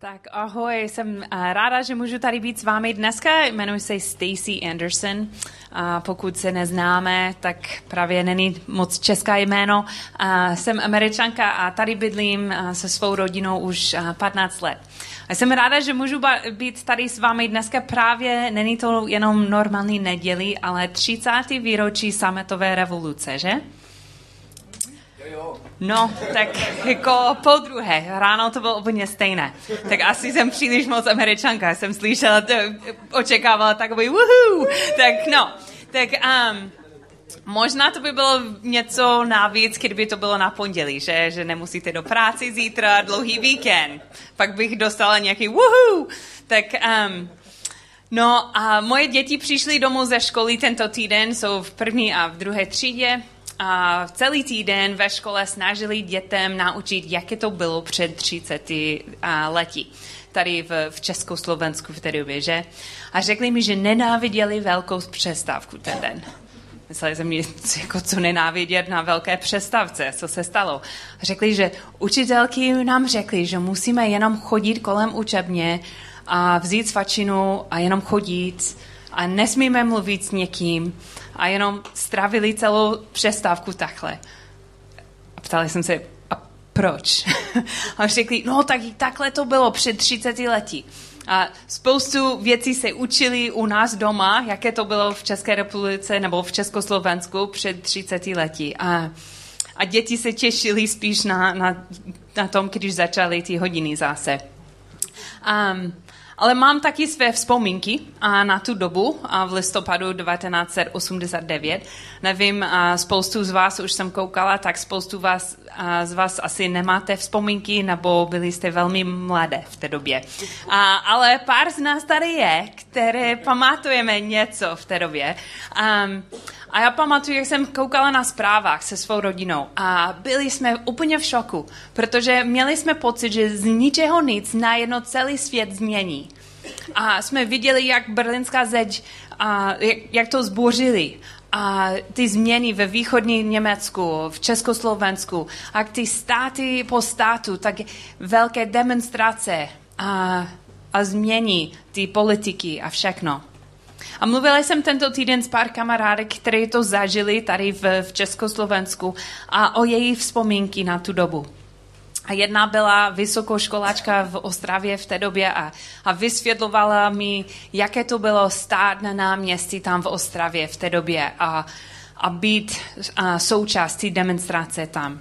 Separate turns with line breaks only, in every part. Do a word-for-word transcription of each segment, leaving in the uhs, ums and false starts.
Tak ahoj, jsem ráda, že můžu tady být s vámi dneska. Jmenuji se Stacy Anderson. A pokud se neznáme, tak právě není moc české jméno. A jsem Američanka a tady bydlím se svou rodinou už patnáct let. A jsem ráda, že můžu být tady s vámi dneska právě, není to jenom normální neděli, ale třicáté výročí sametové revoluce, že? No, tak jako po druhé, ráno to bylo úplně stejné. Tak asi jsem příliš moc Američanka, jsem slyšela, očekávala takový woohoo. Tak no, tak um, možná to by bylo něco navíc, kdyby to bylo na pondělí, že, že nemusíte do práce zítra, dlouhý víkend. Pak bych dostala nějaký woohoo. Tak um, no a moje děti přišly domů ze školy tento týden, jsou v první a v druhé třídě. A celý týden ve škole snažili dětem naučit, jaké to bylo před třiceti lety, tady v, v Československu v té době, že? A řekli mi, že nenáviděli velkou přestávku ten den. Mysleli jsem, jako co nenávidět na velké přestávce, co se stalo. A řekli, že učitelky nám řekli, že musíme jenom chodit kolem učebně a vzít svačinu a jenom chodit a nesmíme mluvit s někým. A jenom strávili celou přestávku takhle. A ptali jsem se, a proč? A řekli, no tak takhle to bylo před třiceti lety. A spoustu věcí se učili u nás doma, jaké to bylo v České republice nebo v Československu před třiceti lety. A, a děti se těšili spíš na, na, na tom, když začaly ty hodiny zase. Um, Ale mám taky své vzpomínky na tu dobu v listopadu devatenáct set osmdesát devět. Nevím, spoustu z vás už jsem koukala, tak spoustu vás, z vás asi nemáte vzpomínky, nebo byli jste velmi mladé v té době. A, ale pár z nás tady je, které pamatujeme něco v té době. Um, a já pamatuju, jak jsem koukala na zprávách se svou rodinou a byli jsme úplně v šoku, protože měli jsme pocit, že z ničeho nic najednou celý svět změní. A jsme viděli, jak berlínská zeď, a jak, jak to zbořili. A ty změny ve východním Německu, v Československu, a ty státy po státu, tak velké demonstrace a, a změny ty politiky a všechno. A mluvila jsem tento týden s pár kamarádek, které to zažili tady v, v Československu a o její vzpomínky na tu dobu. A jedna byla vysokoškoláčka v Ostravě v té době a, a vysvětlovala mi, jaké to bylo stát na náměstí tam v Ostravě v té době a, a být a součástí demonstrace tam.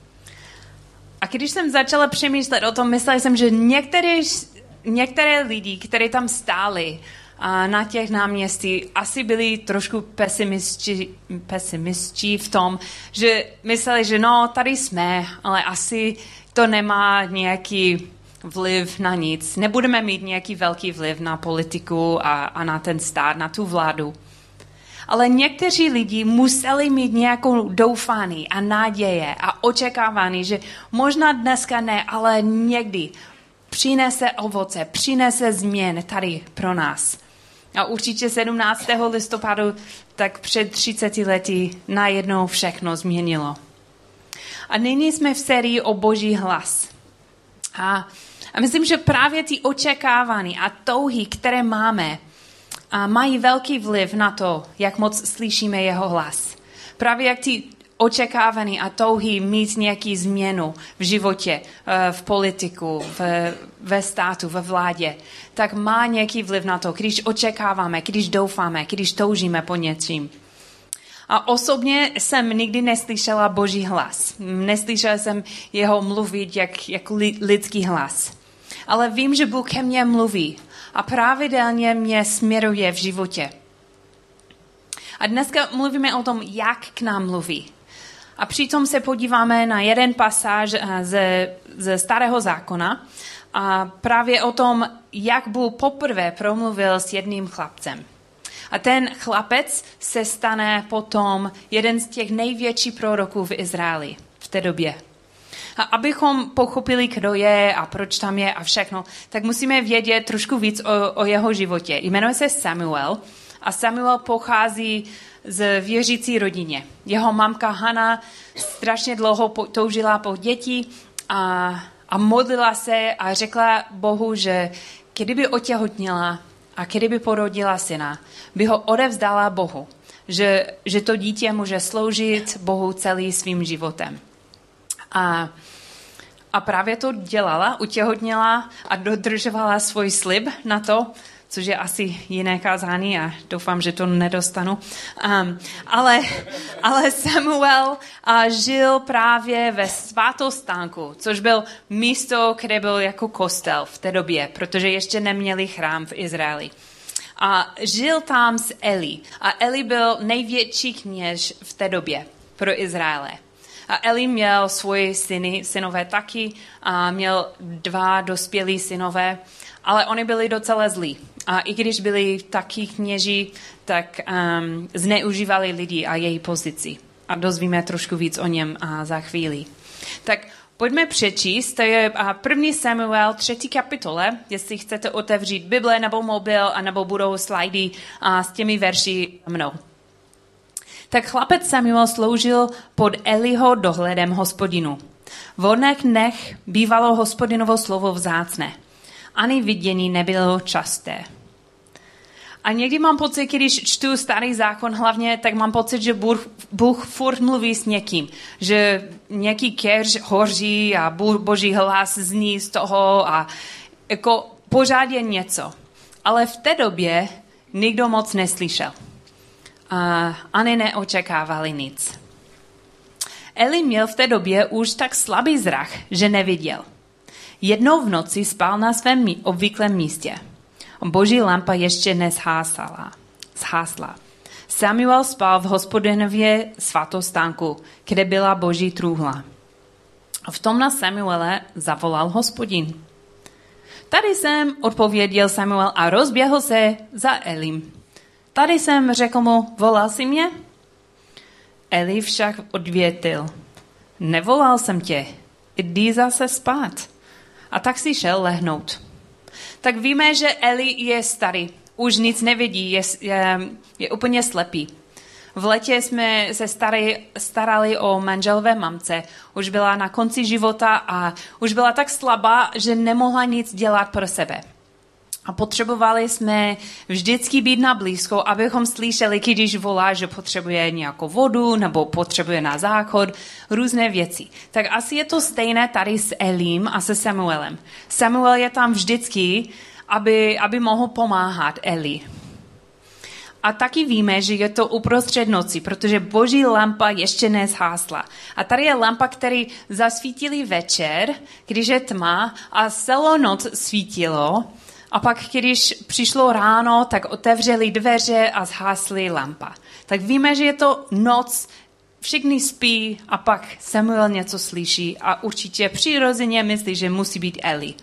A když jsem začala přemýšlet o tom, myslela jsem, že některé, některé lidi, kteří tam stáli a na těch náměstí, asi byli trošku pesimistí, pesimistí v tom, že mysleli, že no, tady jsme, ale asi to nemá nějaký vliv na nic. Nebudeme mít nějaký velký vliv na politiku a, a na ten stát, na tu vládu. Ale někteří lidi museli mít nějakou doufání a naděje a očekávání, že možná dneska ne, ale někdy přinese ovoce, přinese změn tady pro nás. A určitě sedmnáctého listopadu tak před třiceti lety najednou všechno změnilo. A nyní jsme v sérii o Boží hlas. A, a myslím, že právě ty očekávání a touhy, které máme, a mají velký vliv na to, jak moc slyšíme jeho hlas. Právě jak ty očekávání a touhy mít nějaký změnu v životě, v politiku, v, ve státu, ve vládě, tak má nějaký vliv na to, když očekáváme, když doufáme, když toužíme po něčím. A osobně jsem nikdy neslyšela Boží hlas. Neslyšela jsem jeho mluvit jak, jak lidský hlas. Ale vím, že Bůh ke mně mluví a pravidelně mě směruje v životě. A dneska mluvíme o tom, jak k nám mluví. A přitom se podíváme na jeden pasáž ze, ze Starého zákona a právě o tom, jak Bůh poprvé promluvil s jedním chlapcem. A ten chlapec se stane potom jeden z těch největších proroků v Izraeli v té době. A abychom pochopili, kdo je a proč tam je a všechno, tak musíme vědět trošku víc o, o jeho životě. Jmenuje se Samuel a Samuel pochází z věřící rodině. Jeho mamka Hana strašně dlouho toužila po děti a, a modlila se a řekla Bohu, že kdyby otěhotněla a kdyby porodila syna, by ho odevzdala Bohu, že, že to dítě může sloužit Bohu celý svým životem. A, a právě to dělala, utěhotněla a dodržovala svůj slib na to, což je asi jiné kázání a doufám, že to nedostanu. Um, ale, ale Samuel uh, žil právě ve svátostánku, což byl místo, kde byl jako kostel v té době, protože ještě neměli chrám v Izraeli. A žil tam s Eli. A Eli byl největší kněž v té době pro Izraele. A Eli měl svoje syny, synové taky, a měl dva dospělí synové, ale oni byli docela zlí. A i když byli taky kněží, tak um, zneužívali lidi a její pozici. A dozvíme trošku víc o něm a za chvíli. Tak pojďme přečíst, to je první Samuel, třetí kapitole, jestli chcete otevřít Bible nebo mobil, anebo budou slajdy a s těmi verši mnou. Tak chlapec Samuel sloužil pod Eliho dohledem Hospodinu. V oných dnech bývalo Hospodinovo slovo vzácné. Ani vidění nebylo časté. A někdy mám pocit, když čtu starý zákon hlavně, tak mám pocit, že Bůh, Bůh furt mluví s někým. Že nějaký keř hoří a boží hlas zní z toho a jako pořád je něco. Ale v té době nikdo moc neslyšel. A ani neočekávali nic. Eli měl v té době už tak slabý zrak, že neviděl. Jednou v noci spal na svém obvyklém místě. Boží lampa ještě nezhásala. Zhásla. Samuel spal v Hospodinově svatostánku, kde byla Boží trůhla. V tom na Samuele zavolal Hospodin. Tady jsem, odpověděl Samuel a rozběhl se za Elim. Tady jsem, řekl mu, volal jsi mě? Eli však odvětil. Nevolal jsem tě, jdi zase spát. A tak si šel lehnout. Tak víme, že Eli je starý, už nic nevidí, je, je, je úplně slepý. V létě jsme se starali, starali o manželové mamce, už byla na konci života a už byla tak slabá, že nemohla nic dělat pro sebe. A potřebovali jsme vždycky být na blízko, abychom slyšeli, když volá, že potřebuje nějakou vodu nebo potřebuje na záchod, různé věci. Tak asi je to stejné tady s Elim a se Samuelem. Samuel je tam vždycky, aby, aby mohl pomáhat Eli. A taky víme, že je to uprostřed noci, protože Boží lampa ještě nezhásla. A tady je lampa, který zasvítili večer, když je tma a celou noc svítilo. A pak, když přišlo ráno, tak otevřeli dveře a zhásli lampa. Tak víme, že je to noc, všichni spí a pak Samuel něco slyší a určitě přirozeně myslí, že musí být Eli.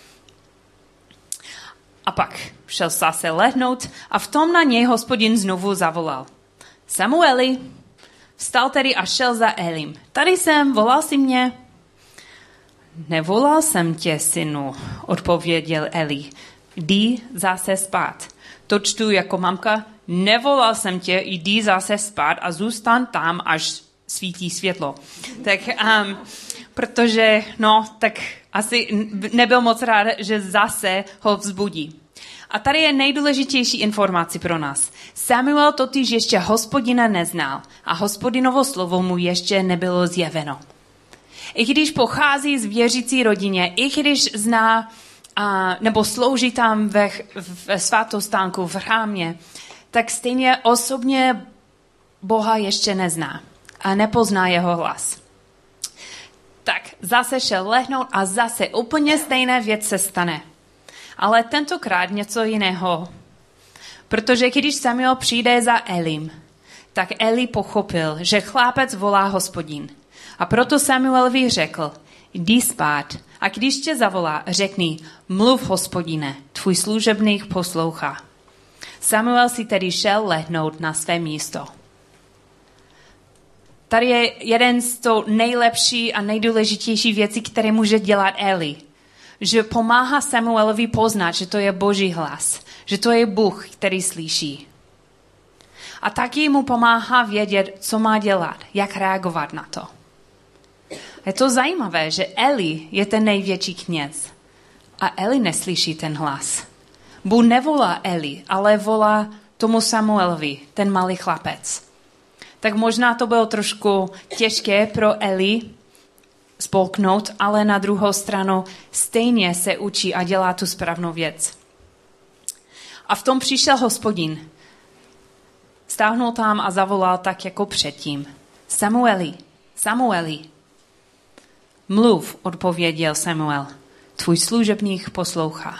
A pak šel zase lehnout a v tom na něj Hospodin znovu zavolal. Samueli, vstal tedy a šel za Elim. Tady jsem, volal jsi mě? Nevolal jsem tě, synu, odpověděl Eli. Jdi zase spát. To čtu jako mamka, nevolal jsem tě, jdi zase spát a zůstan tam, až svítí světlo. Tak, um, protože, no, tak asi nebyl moc rád, že zase ho vzbudí. A tady je nejdůležitější informace pro nás. Samuel totiž ještě Hospodina neznal a Hospodinovo slovo mu ještě nebylo zjeveno. I když pochází z věřící rodině, i když zná a, nebo slouží tam ve, ve svátostánku, v chrámě, tak stejně osobně Boha ještě nezná a nepozná jeho hlas. Tak zase šel lehnout a zase úplně stejné věc se stane. Ale tentokrát něco jiného. Protože když Samuel přijde za Elim, tak Eli pochopil, že chlápec volá Hospodin. A proto Samuelovi řekl, jdi spát a když tě zavolá, řekni, mluv, Hospodine, tvůj služebník poslouchá. Samuel si tedy šel lehnout na své místo. Tady je jeden z to nejlepší a nejdůležitější věcí, které může dělat Eli. Že pomáhá Samuelovi poznat, že to je Boží hlas, že to je Bůh, který slyší. A taky mu pomáhá vědět, co má dělat, jak reagovat na to. Je to zajímavé, že Eli je ten největší kněz. A Eli neslyší ten hlas. Bůh nevolá Eli, ale volá tomu Samuelovi, ten malý chlapec. Tak možná to bylo trošku těžké pro Eli spolknout, ale na druhou stranu stejně se učí a dělá tu správnou věc. A v tom přišel Hospodin. Stáhnul tam a zavolal tak jako předtím. Samueli, Samueli. Mluv, odpověděl Samuel. Tvůj služebník poslouchá.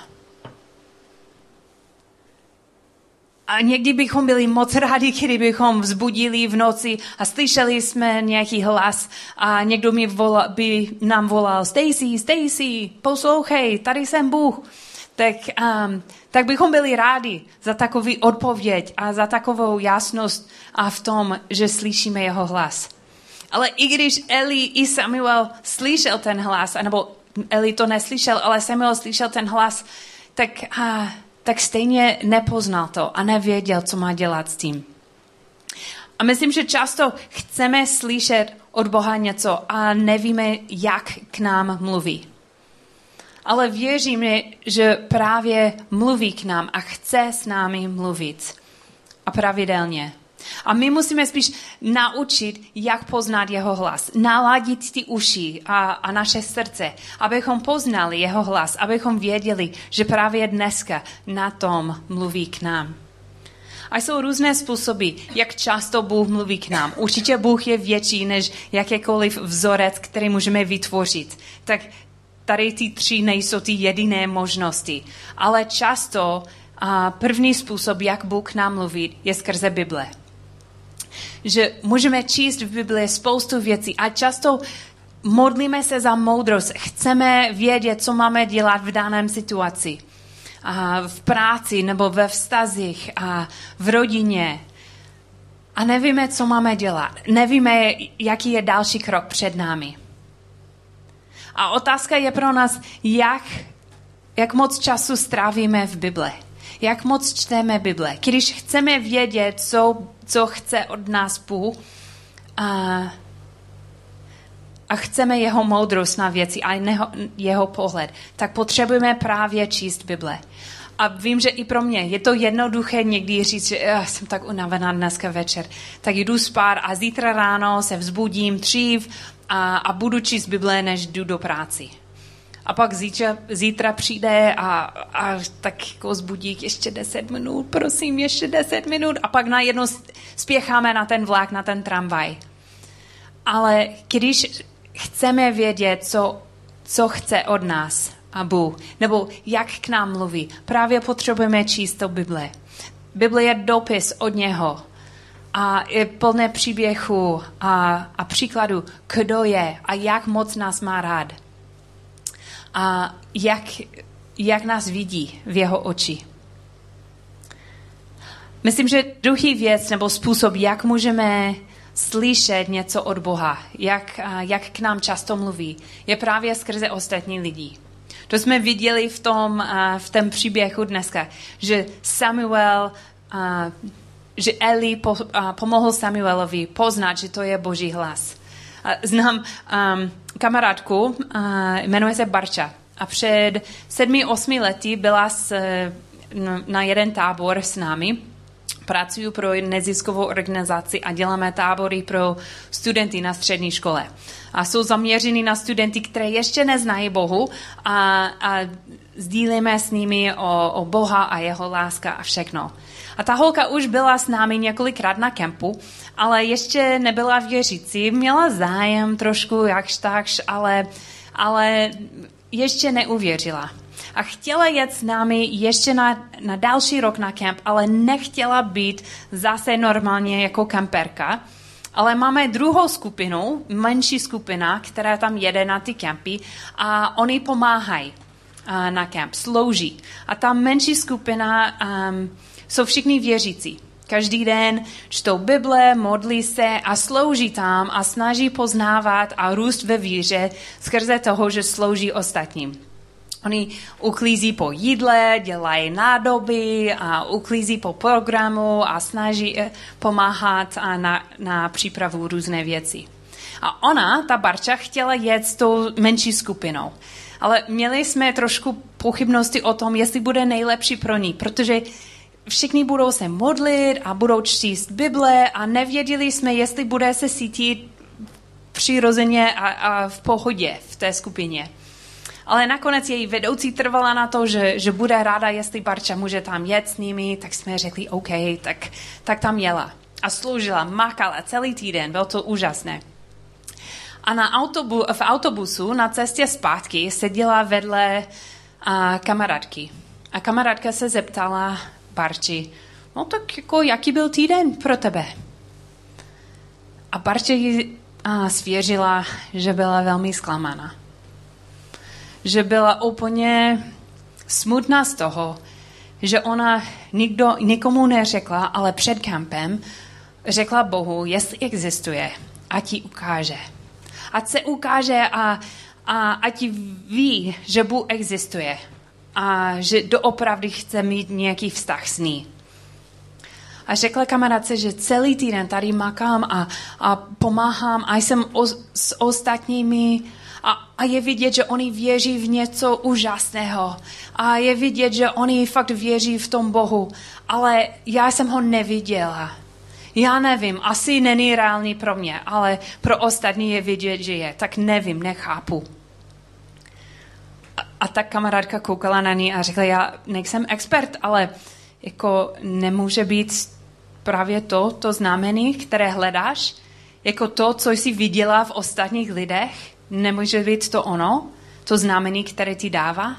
A někdy bychom byli moc rádi, kdybychom vzbudili v noci a slyšeli jsme nějaký hlas a někdo mi volal, by nám volal Stacy, Stacy, poslouchej, tady jsem Bůh. Tak, um, tak bychom byli rádi za takový odpověď a za takovou jasnost a v tom, že slyšíme jeho hlas. Ale i když Eli i Samuel slyšel ten hlas, nebo Eli to neslyšel, ale Samuel slyšel ten hlas, tak... Uh, tak stejně nepoznal to a nevěděl, co má dělat s tím. A myslím, že často chceme slyšet od Boha něco a nevíme, jak k nám mluví. Ale věříme, že právě mluví k nám a chce s námi mluvit. A pravidelně. A my musíme spíš naučit, jak poznat jeho hlas. Naladit ty uši a, a naše srdce, abychom poznali jeho hlas, abychom věděli, že právě dneska na tom mluví k nám. A jsou různé způsoby, jak často Bůh mluví k nám. Určitě Bůh je větší než jakýkoliv vzorec, který můžeme vytvořit. Tak tady ty tři nejsou ty jediné možnosti. Ale často a první způsob, jak Bůh k nám mluví, je skrze Bible. Že můžeme číst v Bibli spoustu věcí a často modlíme se za moudrost. Chceme vědět, co máme dělat v daném situaci. A v práci nebo ve vztazích a v rodině. A nevíme, co máme dělat. Nevíme, jaký je další krok před námi. A otázka je pro nás, jak, jak moc času strávíme v Bibli. Jak moc čteme Bible. Když chceme vědět, co, co chce od nás Bůh a, a chceme jeho moudrost na věci a jeho, jeho pohled, tak potřebujeme právě číst Bible. A vím, že i pro mě je to jednoduché někdy říct, že uh, jsem tak unavená dneska večer, tak jdu spát a zítra ráno se vzbudím dřív a, a budu číst Bible, než jdu do práci. A pak zítra, zítra přijde a, a tak jako zbudík ještě deset minut, prosím, ještě deset minut. A pak najednou spěcháme na ten vlak, na ten tramvaj. Ale když chceme vědět, co, co chce od nás a Bůh, nebo jak k nám mluví, právě potřebujeme číst to Bible. Bible je dopis od něho a je plné příběhů a, a příkladů, kdo je a jak moc nás má rád. A jak, jak nás vidí v jeho oči. Myslím, že druhý věc nebo způsob, jak můžeme slyšet něco od Boha, jak, jak k nám často mluví, je právě skrze ostatní lidi. To jsme viděli v tom, v tom příběhu dneska, že Samuel, že Eli pomohl Samuelovi poznat, že to je Boží hlas. Znám um, kamarádku, uh, jmenuje se Barča. A před sedmi, osmi lety byla s, na jeden tábor s námi. Pracuju pro neziskovou organizaci a děláme tábory pro studenty na střední škole. A jsou zaměřeny na studenty, které ještě neznají Bohu a, a sdílíme s nimi o, o Boha a jeho láska a všechno. A ta holka už byla s námi několikrát na kempu, ale ještě nebyla věřící. Měla zájem trošku jakž takž, ale, ale ještě neuvěřila. A chtěla jet s námi ještě na, na další rok na kemp, ale nechtěla být zase normálně jako kemperka. Ale máme druhou skupinu, menší skupina, která tam jede na ty kempy a oni pomáhají uh, na kemp, slouží. A ta menší skupina um, jsou všichni věřící. Každý den čtou Bible, modlí se a slouží tam a snaží poznávat a růst ve víře skrze toho, že slouží ostatním. Oni uklízí po jídle, dělají nádoby a uklízí po programu a snaží pomáhat a na, na přípravu různé věci. A ona, ta Barča, chtěla jet s tou menší skupinou. Ale měli jsme trošku pochybnosti o tom, jestli bude nejlepší pro ní, protože všichni budou se modlit a budou číst Bible a nevěděli jsme, jestli bude se cítit přirozeně a, a v pohodě v té skupině. Ale nakonec její vedoucí trvala na to, že, že bude ráda, jestli Barča může tam jet s nimi, tak jsme řekli OK, tak, tak tam jela. A sloužila, makala celý týden, bylo to úžasné. A na autobu, v autobusu na cestě zpátky seděla vedle a, kamarádky. A kamarádka se zeptala Barči, no tak jako, jaký byl týden pro tebe? A Barča jí a, svěřila, že byla velmi zklamaná. Že byla úplně smutná z toho, že ona nikdo, nikomu neřekla, ale před kampem řekla Bohu, jestli existuje, ať ji ukáže. Ať se ukáže a, a ať ví, že Bůh existuje a že doopravdy chce mít nějaký vztah s ní. A řekla kamarádce, že celý týden tady makám a, a pomáhám a jsem o, s ostatními a, a je vidět, že oni věří v něco úžasného a je vidět, že oni fakt věří v tom Bohu, ale já jsem ho neviděla. Já nevím, asi není reálný pro mě, ale pro ostatní je vidět, že je. Tak nevím, nechápu. A, a tak kamarádka koukala na ní a řekla, já nejsem expert, ale jako nemůže být právě to, to znamení, které hledáš, jako to, co jsi viděla v ostatních lidech, nemůže být to ono, to znamení, které ti dává.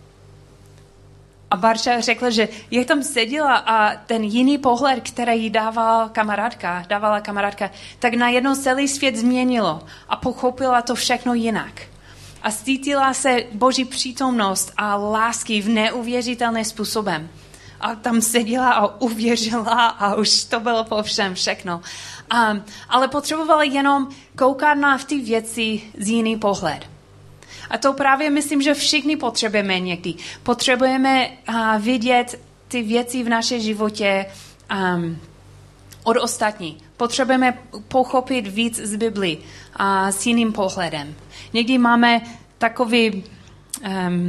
A Barča řekla, že jak tam seděla a ten jiný pohled, který jí dávala kamarádka, dávala kamarádka, tak najednou celý svět změnilo a pochopila to všechno jinak. A cítila se Boží přítomnost a lásky v neuvěřitelným způsobem. A tam seděla a uvěřila a už to bylo po všem všechno. Um, ale potřebovala jenom koukat na ty věci z jiný pohled. A to právě myslím, že všichni potřebujeme někdy. Potřebujeme uh, vidět ty věci v našem životě um, od ostatní. Potřebujeme pochopit víc z Biblii uh, s jiným pohledem. Někdy máme takový, um,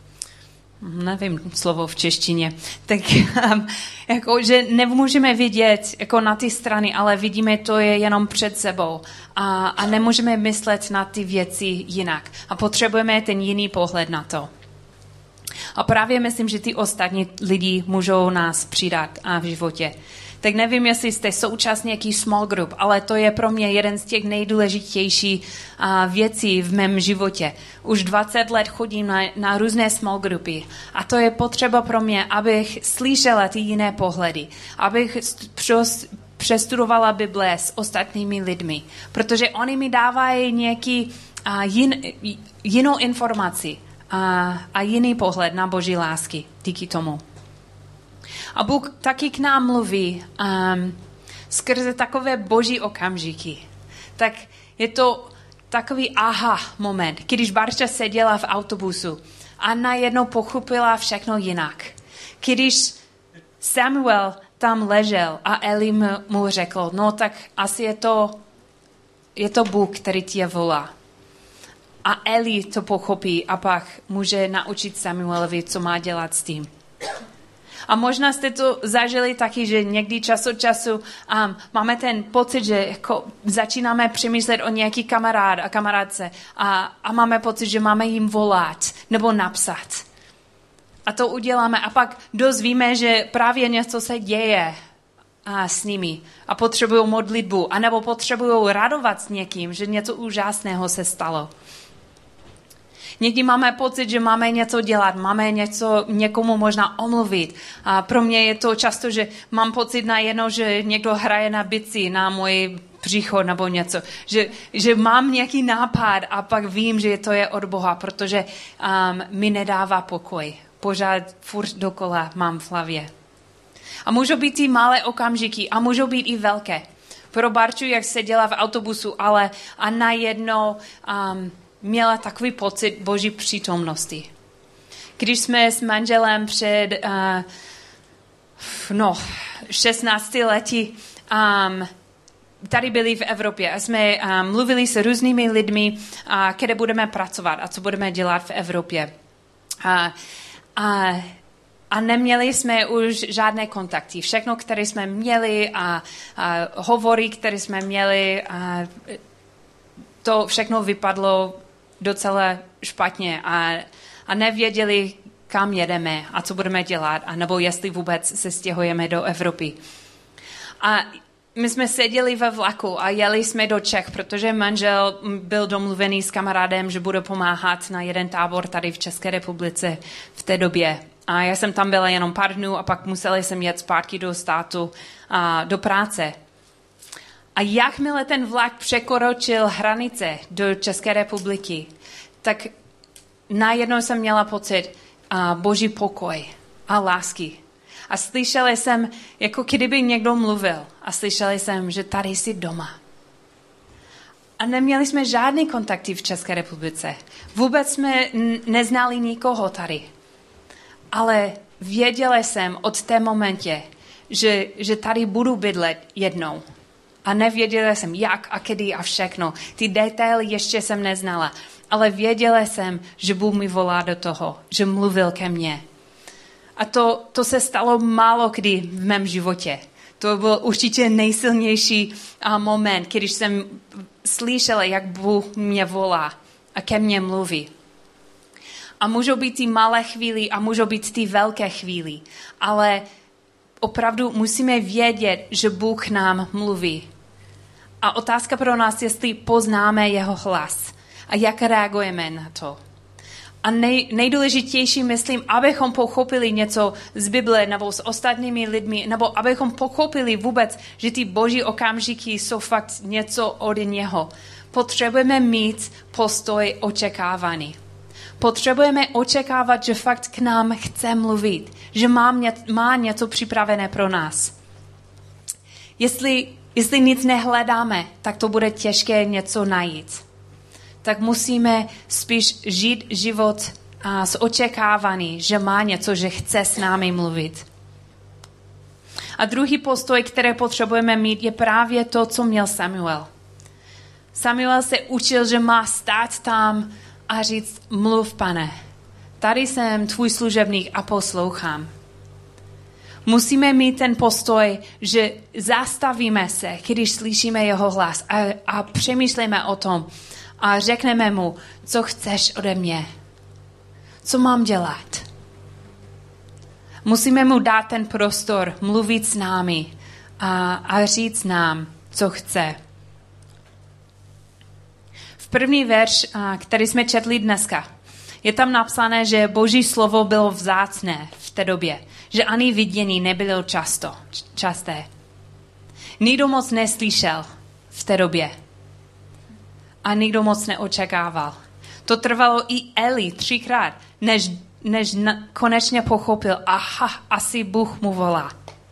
nevím slovo v češtině, tak um, jako, že nemůžeme vidět jako na ty strany, ale vidíme to je jenom před sebou a, a nemůžeme myslet na ty věci jinak. A potřebujeme ten jiný pohled na to. A právě myslím, že ty ostatní lidi můžou nás přidat a v životě. Tak nevím, jestli jste současně nějaký small group, ale to je pro mě jeden z těch nejdůležitějších uh, věcí v mém životě. Už dvacet let chodím na, na různé small grupy a to je potřeba pro mě, abych slyšela ty jiné pohledy, abych přes, přestudovala Bible s ostatními lidmi, protože oni mi dávají nějaký uh, jin, jinou informaci uh, a jiný pohled na Boží lásky díky tomu. A Bůh taky k nám mluví um, skrze takové boží okamžiky. Tak je to takový aha moment, když Barča seděla v autobusu a najednou pochopila všechno jinak. Když Samuel tam ležel a Eli mu řekl, no tak asi je to, je to Bůh, který tě volá. A Eli to pochopí a pak může naučit Samuelovi, co má dělat s tím. A možná jste to zažili taky, že někdy čas od času um, máme ten pocit, že jako začínáme přemýšlet o nějaký kamarád a kamarádce a, a máme pocit, že máme jim volat nebo napsat. A to uděláme a pak dozvíme, že právě něco se děje a, s nimi a potřebují modlitbu anebo potřebují radovat s někým, že něco úžasného se stalo. Někdy máme pocit, že máme něco dělat, máme něco někomu možná omluvit. A pro mě je to často, že mám pocit najednou, že někdo hraje na bicí na můj břicho nebo něco. Že, že mám nějaký nápad a pak vím, že to je od Boha, protože um, mi nedává pokoj. Pořád furt dokola mám v hlavě. A můžou být i malé okamžiky a můžou být i velké. Pro Barču, jak seděla v autobusu, ale a najednou um, měla takový pocit Boží přítomnosti. Když jsme s manželem před uh, no, šestnácti lety um, tady byli v Evropě a jsme um, mluvili s různými lidmi, uh, kde budeme pracovat a co budeme dělat v Evropě. A, a, a neměli jsme už žádné kontakty. Všechno, které jsme měli a, a hovory, které jsme měli, a to všechno vypadlo docela špatně a, a nevěděli, kam jedeme a co budeme dělat, a nebo jestli vůbec se stěhujeme do Evropy. A my jsme seděli ve vlaku a jeli jsme do Čech, protože manžel byl domluvený s kamarádem, že bude pomáhat na jeden tábor tady v České republice v té době. A já jsem tam byla jenom pár dnů a pak museli jsem jet zpátky do státu a do práce. A jakmile ten vlak překročil hranice do České republiky, tak najednou jsem měla pocit a boží pokoj a lásky. A slyšela jsem, jako kdyby někdo mluvil. A slyšela jsem, že tady jsi doma. A neměli jsme žádný kontakty v České republice. Vůbec jsme neznali nikoho tady. Ale věděla jsem od té momentě, že, že tady budu bydlet jednou. A nevěděla jsem, jak a kdy a všechno. Ty detaily ještě jsem neznala. Ale věděla jsem, že Bůh mi volá do toho, že mluvil ke mně. A to, to se stalo málo kdy v mém životě. To byl určitě nejsilnější moment, když jsem slyšela, jak Bůh mě volá a ke mně mluví. A můžou být ty malé chvíli a můžou být ty velké chvíli. Ale opravdu musíme vědět, že Bůh nám mluví. A otázka pro nás, jestli poznáme jeho hlas a jak reagujeme na to. A nej, nejdůležitější, myslím, abychom pochopili něco z Bible nebo s ostatními lidmi, nebo abychom pochopili vůbec, že ty boží okamžiky jsou fakt něco od něho. Potřebujeme mít postoj očekávání. Potřebujeme očekávat, že fakt k nám chce mluvit, že má, mě, má něco připravené pro nás. Jestli, jestli nic nehledáme, tak to bude těžké něco najít. Tak musíme spíš žít život a, s očekávání, že má něco, že chce s námi mluvit. A druhý postoj, který potřebujeme mít, je právě to, co měl Samuel. Samuel se učil, že má stát tam a říct, mluv, Pane, tady jsem tvůj služebník a poslouchám. Musíme mít ten postoj, že zastavíme se, když slyšíme jeho hlas a, a přemýšlíme o tom a řekneme mu, co chceš ode mě, co mám dělat. Musíme mu dát ten prostor, mluvit s námi a, a říct nám, co chce. V první verš, který jsme četli dneska, je tam napsané, že Boží slovo bylo vzácné v té době, že ani vidění nebylo často, časté. Nikdo moc neslyšel v té době a nikdo moc neočekával. To trvalo i Eli třikrát, než, než na, konečně pochopil, aha, asi Bůh mu volá.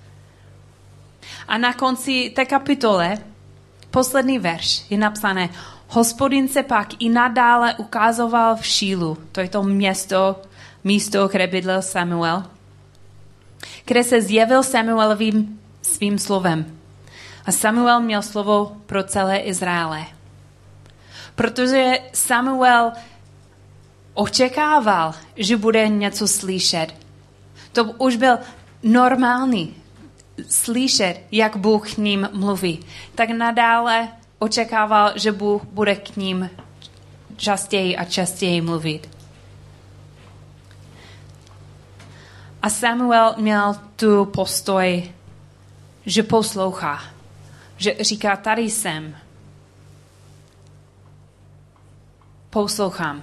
A na konci té kapitole, poslední verš, je napsané, Hospodin se pak i nadále ukazoval v Šílu, to je to město, místo, kde bydlel Samuel, kde se zjevil Samuelovým svým slovem. A Samuel měl slovo pro celé Izraele. Protože Samuel očekával, že bude něco slyšet. To už byl normální slyšet, jak Bůh k ním mluví. Tak nadále očekával, že Bůh bude k ním častěji a častěji mluvit. A Samuel měl tu postoj, že poslouchá, že říká, tady jsem. Poslouchám.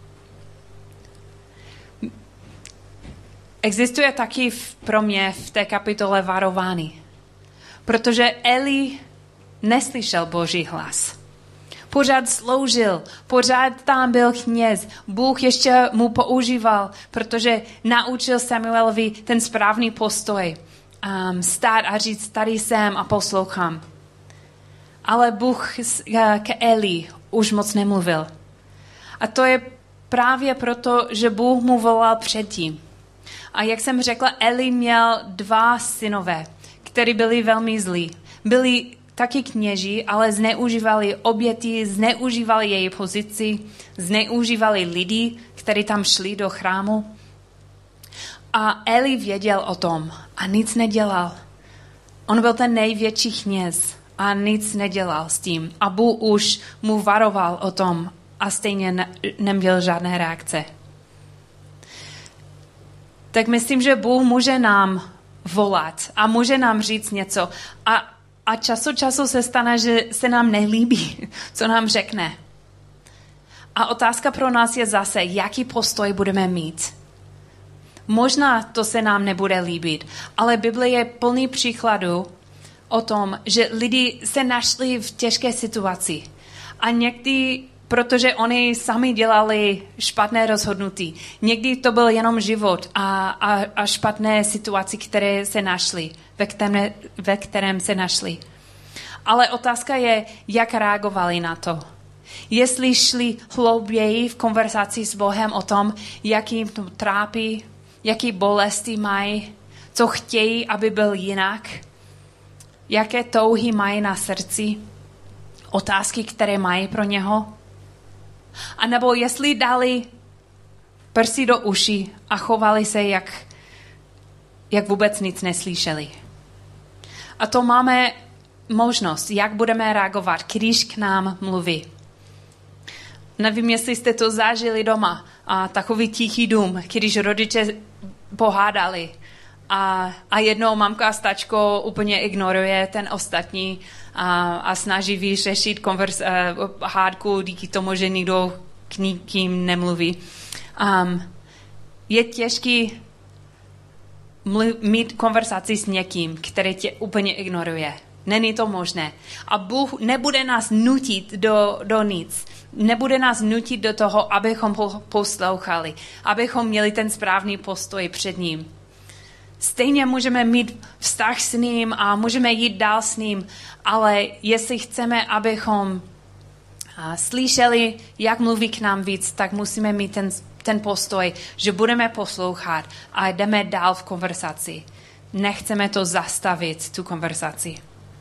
Existuje taky pro mě v té kapitole varování, protože Eli neslyšel Boží hlas. Pořád sloužil, pořád tam byl kněz. Bůh ještě mu používal, protože naučil Samuelovi ten správný postoj. Um, stát a říct, tady jsem a poslouchám. Ale Bůh k Eli už moc nemluvil. A to je právě proto, že Bůh mu volal předtím. A jak jsem řekla, Eli měl dva synové, kteří byli velmi zlí. Byli taky kněži, ale zneužívali oběti, zneužívali její pozici, zneužívali lidi, kteří tam šli do chrámu. A Eli věděl o tom a nic nedělal. On byl ten největší kněz a nic nedělal s tím. A Bůh už mu varoval o tom a stejně ne- neměl žádné reakce. Tak myslím, že Bůh může nám volat a může nám říct něco. A, a čas od času se stane, že se nám nelíbí, co nám řekne. A otázka pro nás je zase, jaký postoj budeme mít. Možná to se nám nebude líbit, ale Bible je plný příkladů o tom, že lidi se našli v těžké situaci. A někdy, protože oni sami dělali špatné rozhodnutí. Někdy to byl jenom život a, a, a špatné situace, které se našli, ve kterém, ve kterém se našli. Ale otázka je, jak reagovali na to. Jestli šli hlouběji v konverzaci s Bohem o tom, jak jim to trápí, jaký bolesti mají, co chtějí, aby byl jinak, jaké touhy mají na srdci, otázky, které mají pro něho. A nebo jestli dali prsty do uší a chovali se, jak, jak vůbec nic neslyšeli. A to máme možnost, jak budeme reagovat, když k nám mluví. Nevím, jestli jste to zažili doma, a takový tichý dům, když rodiče pohádali a, a jednou mamka s tačkou úplně ignoruje ten ostatní a, a snaží vyřešit konvers, uh, hádku díky tomu, že nikdo k nikým nemluví. Um, je těžký mluv, mít konverzaci s někým, který tě úplně ignoruje. Není to možné. A Bůh nebude nás nutit do, do nic. Nebude nás nutit do toho, abychom poslouchali, abychom měli ten správný postoj před ním. Stejně můžeme mít vztah s ním a můžeme jít dál s ním, ale jestli chceme, abychom slyšeli, jak mluví k nám víc, tak musíme mít ten, ten postoj, že budeme poslouchat a jdeme dál v konverzaci. Nechceme to zastavit, tu konverzaci.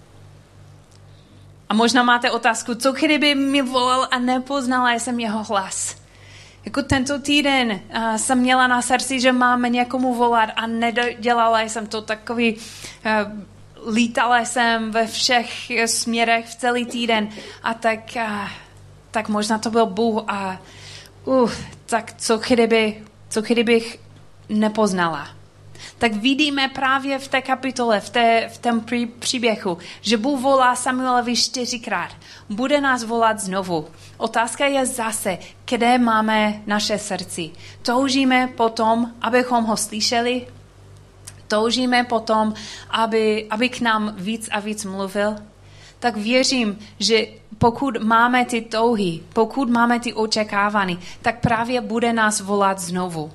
A možná máte otázku, co kdyby mi volal a nepoznala jsem jeho hlas. Jako tento týden uh, jsem měla na srdci, že máme někomu volat a nedělala jsem to takový, uh, lítala jsem ve všech směrech v celý týden a tak, uh, tak možná to byl Bůh a uh, tak co kdyby, co kdybych nepoznala. Tak vidíme právě v té kapitole, v, té, v tom pří, příběhu, že Bůh volá Samuelovi čtyřikrát. Bude nás volat znovu. Otázka je zase, kde máme naše srdci. Toužíme potom, abychom ho slyšeli? Toužíme potom, aby, aby k nám víc a víc mluvil? Tak věřím, že pokud máme ty touhy, pokud máme ty očekávání, tak právě bude nás volat znovu.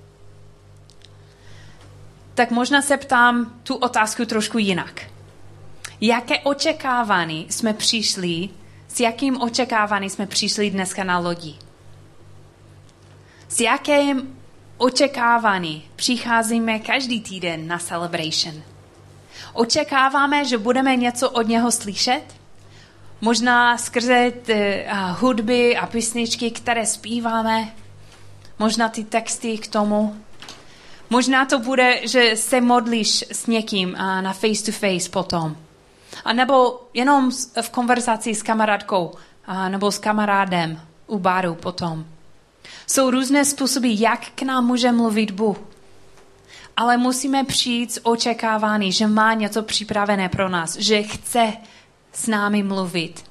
Tak možná se ptám tu otázku trošku jinak. Jaké očekávání jsme přišli, s jakým očekávání jsme přišli dneska na lodi? S jakým očekávání přicházíme každý týden na celebration? Očekáváme, že budeme něco od něho slyšet? Možná skrze ty, uh, hudby a písničky, které zpíváme? Možná ty texty k tomu? Možná to bude, že se modlíš s někým a na face to face potom. A nebo jenom v konverzaci s kamarádkou a nebo s kamarádem u baru potom. Jsou různé způsoby, jak k nám může mluvit Bůh. Ale musíme přijít s očekávání, že má něco připravené pro nás, že chce s námi mluvit.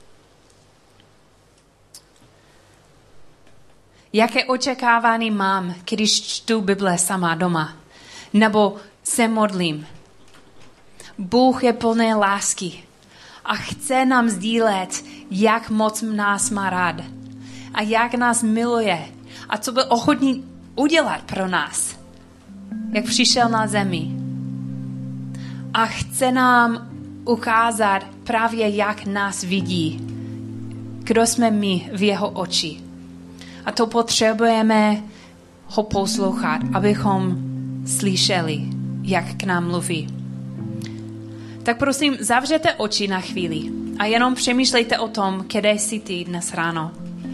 Jaké očekávání mám, když čtu Bible sama doma? Nebo se modlím? Bůh je plný lásky a chce nám sdílet, jak moc nás má rád a jak nás miluje a co byl ochotný udělat pro nás, jak přišel na zemi. A chce nám ukázat právě, jak nás vidí, kdo jsme my v jeho oči. A to potřebujeme ho poslouchat, abychom slyšeli, jak k nám mluví. Tak prosím, zavřete oči na chvíli. a jenom přemýšlejte o tom, kde jsi ty dnes ráno.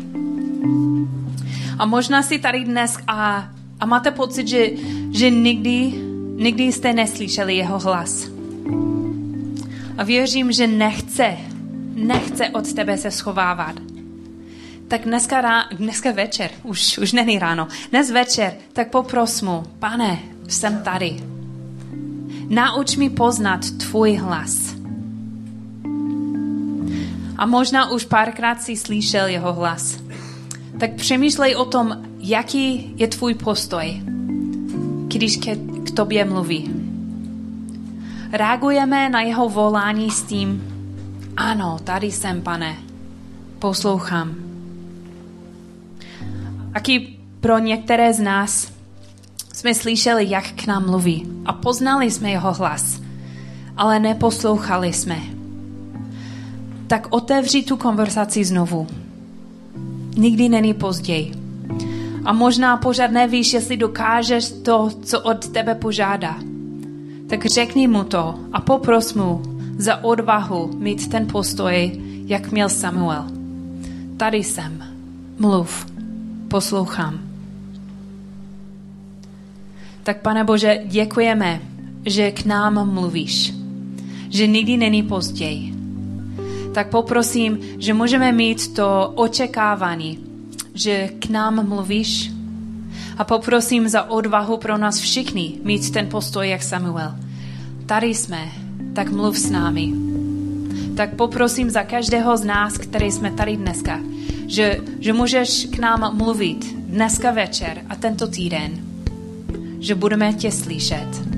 A možná jsi tady dnes a, a máte pocit, že, že nikdy, nikdy jste neslyšeli jeho hlas. A věřím, že nechce, nechce od tebe se schovávat. Tak dneska, rá, dneska večer, už, už není ráno, dnes večer, tak popros mu, Pane, jsem tady. Nauč mi poznat tvůj hlas. A možná už párkrát si slyšel jeho hlas. Tak přemýšlej o tom, jaký je tvůj postoj, když ke, k tobě mluví. Reagujeme na jeho volání s tím, ano, tady jsem, Pane, poslouchám. Taky pro některé z nás jsme slyšeli, jak k nám mluví a poznali jsme jeho hlas, ale neposlouchali jsme. Tak otevři tu konverzaci znovu. Nikdy není později. A možná pořád nevíš, jestli dokážeš to, co od tebe požádá. Tak řekni mu to a popros mu za odvahu mít ten postoj, jak měl Samuel. Tady jsem. Mluv. Poslouchám. Tak, Pane Bože, děkujeme, že k nám mluvíš. Že nikdy není později. Tak poprosím, že můžeme mít to očekávání, že k nám mluvíš. A poprosím za odvahu pro nás všichni mít ten postoj jak Samuel. Tady jsme, tak mluv s námi. Tak poprosím za každého z nás, který jsme tady dneska, že, že můžeš k nám mluvit dneska večer a tento týden, že budeme tě slyšet.